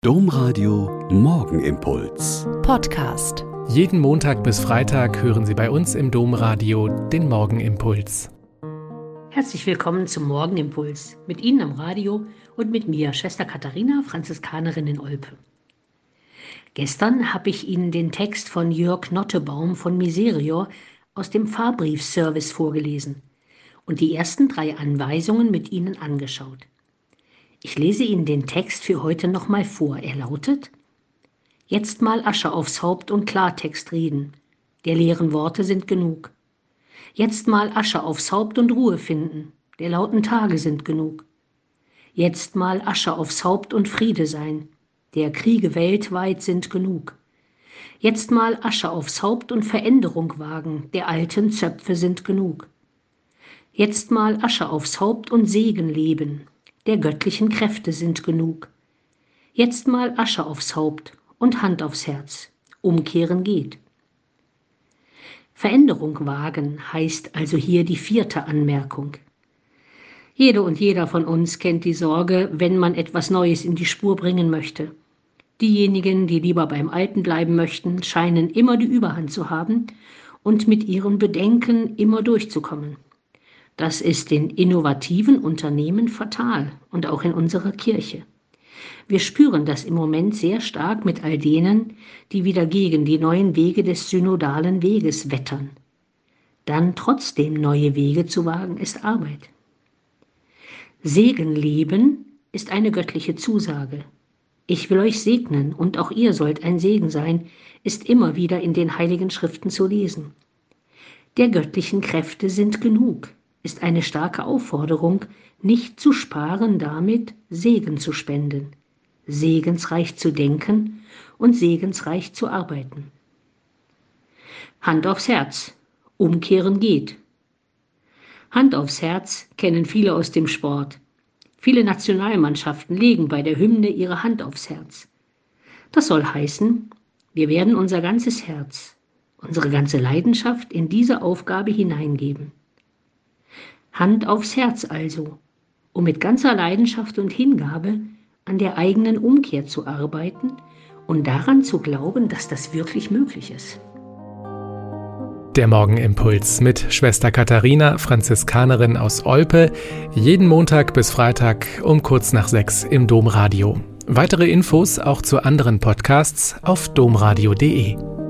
Domradio Morgenimpuls. Podcast. Jeden Montag bis Freitag hören Sie bei uns im Domradio den Morgenimpuls. Herzlich willkommen zum Morgenimpuls. Mit Ihnen am Radio und mit mir, Schwester Katharina, Franziskanerin in Olpe. Gestern habe ich Ihnen den Text von Jörg Nottebaum von Miserior aus dem Pfarrbriefservice vorgelesen und die ersten 3 Anweisungen mit Ihnen angeschaut. Ich lese Ihnen den Text für heute nochmal vor. Er lautet: Jetzt mal Asche aufs Haupt und Klartext reden. Der leeren Worte sind genug. Jetzt mal Asche aufs Haupt und Ruhe finden. Der lauten Tage sind genug. Jetzt mal Asche aufs Haupt und Friede sein. Der Kriege weltweit sind genug. Jetzt mal Asche aufs Haupt und Veränderung wagen. Der alten Zöpfe sind genug. Jetzt mal Asche aufs Haupt und Segen leben. Der göttlichen Kräfte sind genug. Jetzt mal Asche aufs Haupt und Hand aufs Herz. Umkehren geht. Veränderung wagen heißt also hier die 4. Anmerkung. Jede und jeder von uns kennt die Sorge, wenn man etwas Neues in die Spur bringen möchte. Diejenigen, die lieber beim Alten bleiben möchten, scheinen immer die Überhand zu haben und mit ihren Bedenken immer durchzukommen. Das ist den innovativen Unternehmen fatal und auch in unserer Kirche. Wir spüren das im Moment sehr stark mit all denen, die wieder gegen die neuen Wege des synodalen Weges wettern. Dann trotzdem neue Wege zu wagen, ist Arbeit. Segen leben ist eine göttliche Zusage. Ich will euch segnen und auch ihr sollt ein Segen sein, ist immer wieder in den Heiligen Schriften zu lesen. Der göttlichen Kräfte sind genug, ist eine starke Aufforderung, nicht zu sparen, damit Segen zu spenden, segensreich zu denken und segensreich zu arbeiten. Hand aufs Herz, umkehren geht. Hand aufs Herz kennen viele aus dem Sport. Viele Nationalmannschaften legen bei der Hymne ihre Hand aufs Herz. Das soll heißen, wir werden unser ganzes Herz, unsere ganze Leidenschaft in diese Aufgabe hineingeben. Hand aufs Herz also, um mit ganzer Leidenschaft und Hingabe an der eigenen Umkehr zu arbeiten und daran zu glauben, dass das wirklich möglich ist. Der Morgenimpuls mit Schwester Katharina, Franziskanerin aus Olpe, jeden Montag bis Freitag um kurz nach 6 im Domradio. Weitere Infos auch zu anderen Podcasts auf domradio.de.